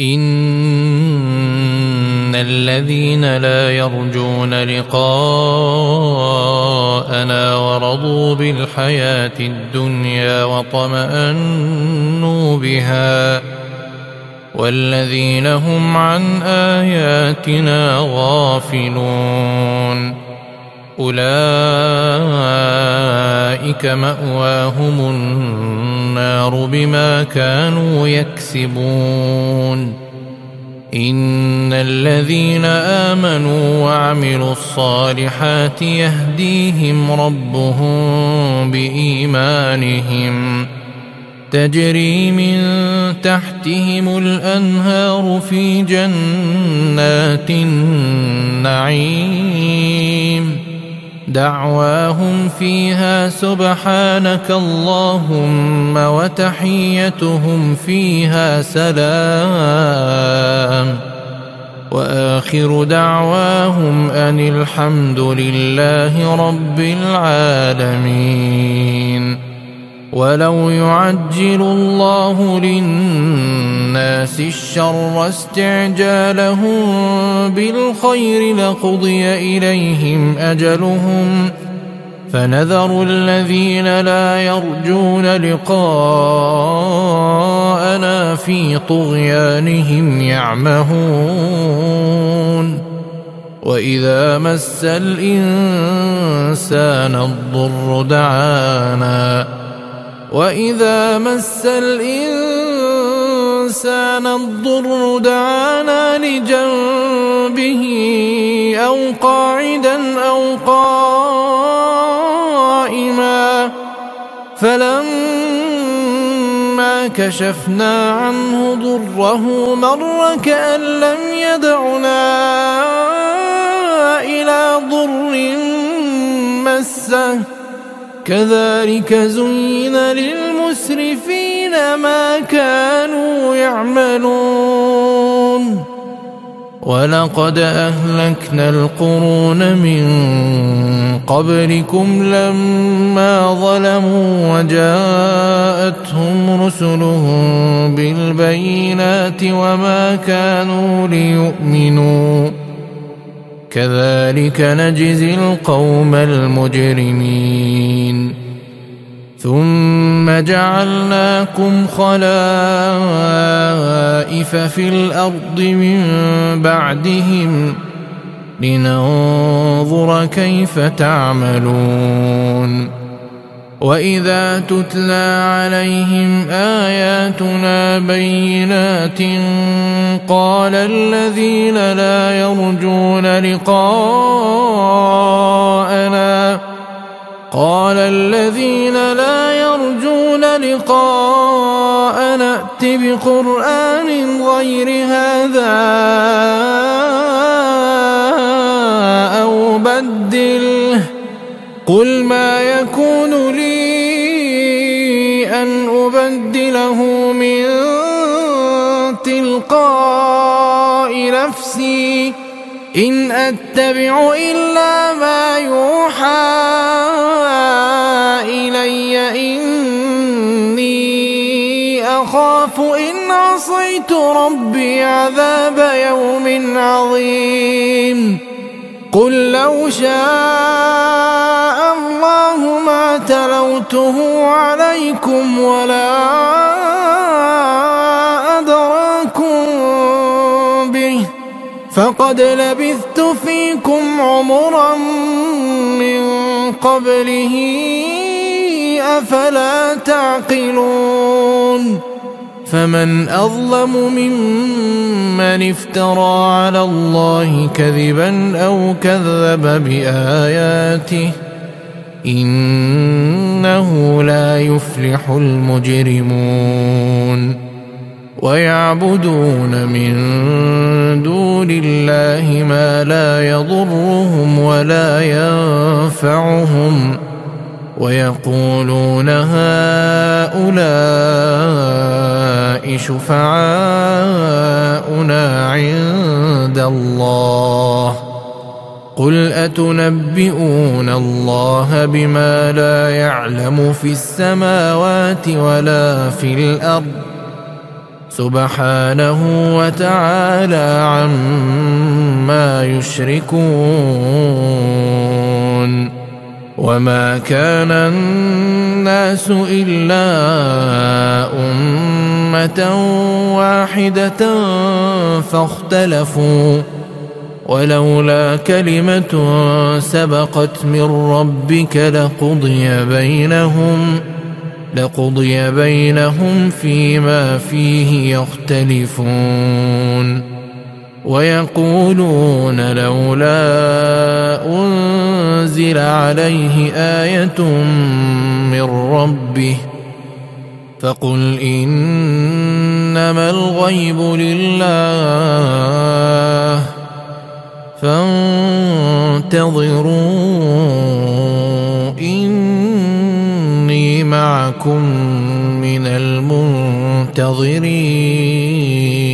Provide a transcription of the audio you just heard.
إن الذين لا يرجون لقاءنا ورضوا بالحياة الدنيا وطمأنوا بها والذين هم عن آياتنا غافلون أولئك مأواهم النار بما كانوا يكسبون إن الذين آمنوا وعملوا الصالحات يهديهم ربهم بإيمانهم تجري من تحتهم الأنهار في جنات النعيم دعواهم فيها سبحانك اللهم وتحيتهم فيها سلام وآخر دعواهم أن الحمد لله رب العالمين. ولو يعجل الله للناس الشر استعجالهم بالخير لقضي إليهم أجلهم فنذر الذين لا يرجون لقاءنا في طغيانهم يعمهون وإذا مس الإنسان الضر دعانا لجنبه أو قاعدا أو قائما فلما كشفنا عنه ضره مر كأن لم يدعنا إلى ضر مسه كذلك زين للمسرفين ما كانوا يعملون ولقد أهلكنا القرون من قبلكم لما ظلموا وجاءتهم رسلهم بالبينات وما كانوا ليؤمنوا كذلك نجزي القوم المجرمين ثم جعلناكم خلائف في الأرض من بعدهم لننظر كيف تعملون وإذا تتلى عليهم آياتنا بينات قال الذين لا يرجون لقاءنا ائت بقرآن غير هذا أو بدله قل ما يكون لي أن أبدله من تلقاء نفسي إن أتبع إلا ما يوحى إلي إني أخاف إن عصيت ربي عذاب يوم عظيم قل لو شاء الله ما تلوته عليكم ولا أدراكم به فقد لبثت فيكم عمرا من قبله أفلا تعقلون فمن أظلم ممن افترى على الله كذبا أو كذب بآياته إنه لا يفلح المجرمون ويعبدون من دون الله ما لا يضرهم ولا ينفعهم ويقولون هؤلاء شفعاؤنا عند الله قل أتنبئون الله بما لا يعلم في السماوات ولا في الأرض سبحانه وتعالى عما يشركون. وما كان الناس إلا أمة واحدة فاختلفوا، ولولا كلمة سبقت من ربك لقضي بينهم فيما فيه يختلفون. ويقولون لولا أنزل عليه آية من ربه فقل إنما الغيب لله فانتظروا إني معكم من المنتظرين.